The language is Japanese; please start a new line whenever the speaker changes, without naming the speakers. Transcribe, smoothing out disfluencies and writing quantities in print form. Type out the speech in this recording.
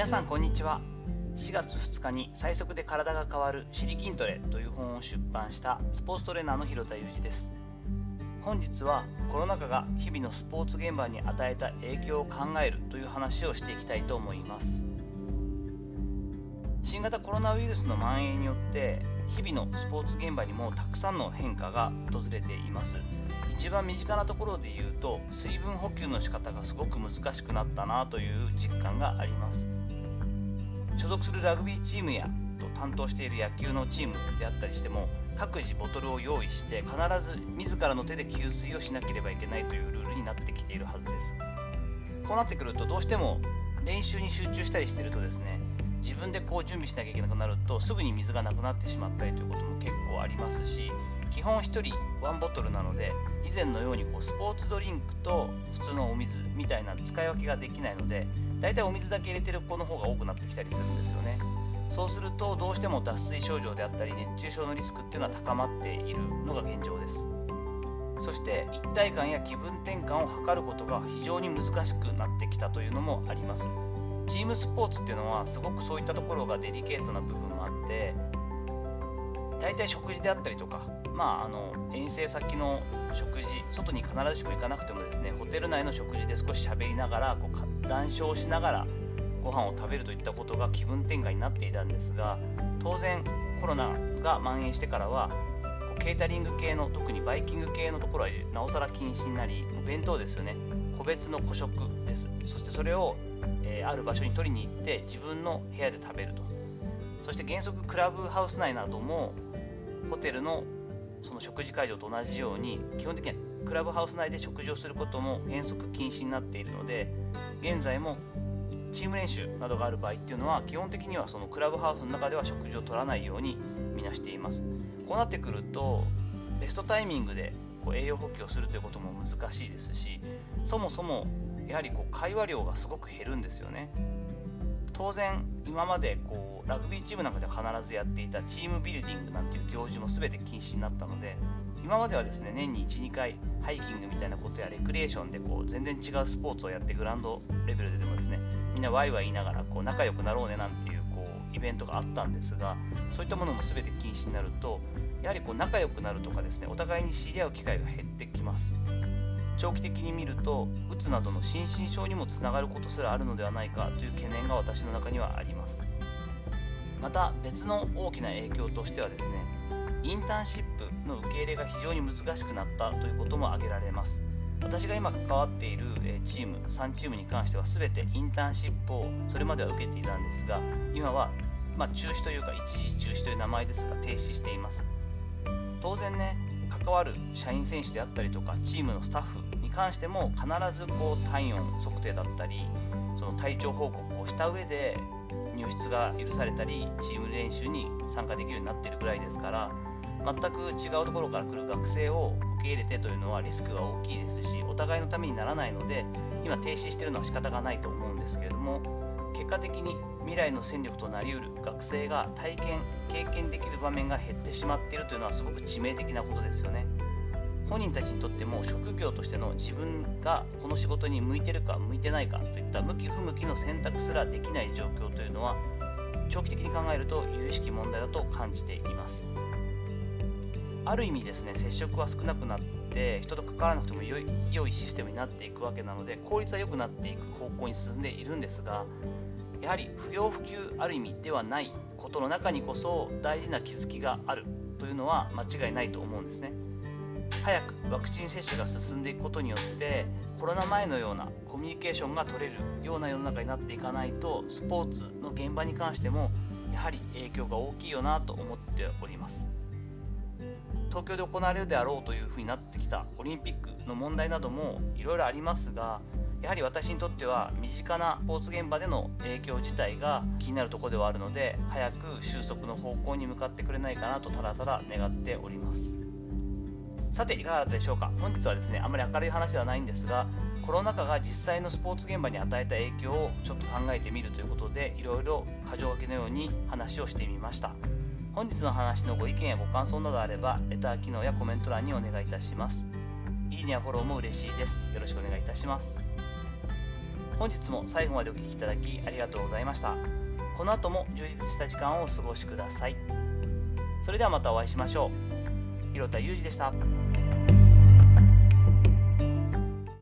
皆さんこんにちは。4月2日に最速で体が変わるシリ筋トレという本を出版したスポーツトレーナーの広田裕二です。本日はコロナ禍が日々のスポーツ現場に与えた影響を考えるという話をしていきたいと思います。新型コロナウイルスの蔓延によって日々のスポーツ現場にもたくさんの変化が訪れています。一番身近なところで言うと、水分補給の仕方がすごく難しくなったなという実感があります。所属するラグビーチームや担当している野球のチームであったりしても、各自ボトルを用意して必ず自らの手で給水をしなければいけないというルールになってきているはずです。こうなってくるとどうしても練習に集中したりしているとですね、自分で準備しなきゃいけなくなるとすぐに水がなくなってしまったりということも結構ありますし、基本1人1ボトルなので、以前のようにスポーツドリンクと普通のお水みたいな使い分けができないので、だいたいお水だけ入れてる子の方が多くなってきたりするんですよね。そうするとどうしても脱水症状であったり熱中症のリスクっていうのは高まっているのが現状です。そして一体感や気分転換を図ることが非常に難しくなってきたというのもあります。チームスポーツっていうのはすごくそういったところがデリケートな部分もあって、だいたい食事であったりとか、遠征先の食事、外に必ずしも行かなくてもですね、ホテル内の食事で少し喋りながら談笑しながらご飯を食べるといったことが気分転換になっていたんですが、当然コロナが蔓延してからはケータリング系の、特にバイキング系のところはなおさら禁止になり、弁当ですよね、個別の個食です。そしてそれを、ある場所に取りに行って自分の部屋で食べると。そして原則クラブハウス内などもホテルのその食事会場と同じように、基本的にはクラブハウス内で食事をすることも原則禁止になっているので、現在もチーム練習などがある場合っていうのは基本的にはそのクラブハウスの中では食事を取らないようにみなしています。こうなってくるとベストタイミングで栄養補給をするということも難しいですし、そもそもやはり会話量がすごく減るんですよね。当然今までラグビーチームなんかでは必ずやっていたチームビルディングなんていう行事も全て禁止になったので、今まではですね、年に 1,2 回ハイキングみたいなことやレクリエーションで全然違うスポーツをやって、グラウンドレベルででもですね、みんなワイワイ言いながら仲良くなろうねなんていうイベントがあったんですが、そういったものも全て禁止になると、やはり仲良くなるとかですね、お互いに知り合う機会が減ってきます。長期的に見るとうつなどの心身症にもつながることすらあるのではないかという懸念が私の中にはあります。また別の大きな影響としてはですね、インターンシップの受け入れが非常に難しくなったということも挙げられます。私が今関わっているチーム3チームに関しては全てインターンシップをそれまでは受けていたんですが、今は中止というか一時中止という名前ですが停止しています。当然ね、関わる社員選手であったりとかチームのスタッフに関しても必ず体温測定だったり、その体調報告をした上で入室が許されたりチーム練習に参加できるようになっているぐらいですから、全く違うところから来る学生を受け入れてというのはリスクが大きいですし、お互いのためにならないので今停止しているのは仕方がないと思うんですけれども、結果的に未来の戦力となりうる学生が経験できる場面が減ってしまっているというのはすごく致命的なことですよね。本人たちにとっても職業としての自分がこの仕事に向いてるか向いてないかといった向き不向きの選択すらできない状況というのは、長期的に考えると有意識問題だと感じています。ある意味ですね、接触は少なくなって人と関わらなくても良いシステムになっていくわけなので、効率は良くなっていく方向に進んでいるんですが、やはり不要不急ある意味ではないことの中にこそ大事な気づきがあるというのは間違いないと思うんですね。早くワクチン接種が進んでいくことによってコロナ前のようなコミュニケーションが取れるような世の中になっていかないと、スポーツの現場に関してもやはり影響が大きいよなと思っております。東京で行われるであろうというふうになってきたオリンピックの問題などもいろいろありますが、やはり私にとっては身近なスポーツ現場での影響自体が気になるところではあるので、早く収束の方向に向かってくれないかなとただただ願っております。さていかがだったでしょうか。本日はですね、あまり明るい話ではないんですが、コロナ禍が実際のスポーツ現場に与えた影響をちょっと考えてみるということで、いろいろ箇条書きのように話をしてみました。本日の話のご意見やご感想などあればレター機能やコメント欄にお願いいたします。いいねやフォローも嬉しいです。よろしくお願いいたします。 本日も最後までお聞きいただきありがとうございました。この後も充実した時間をお過ごしください。それではまたお会いしましょう。広田裕二でした。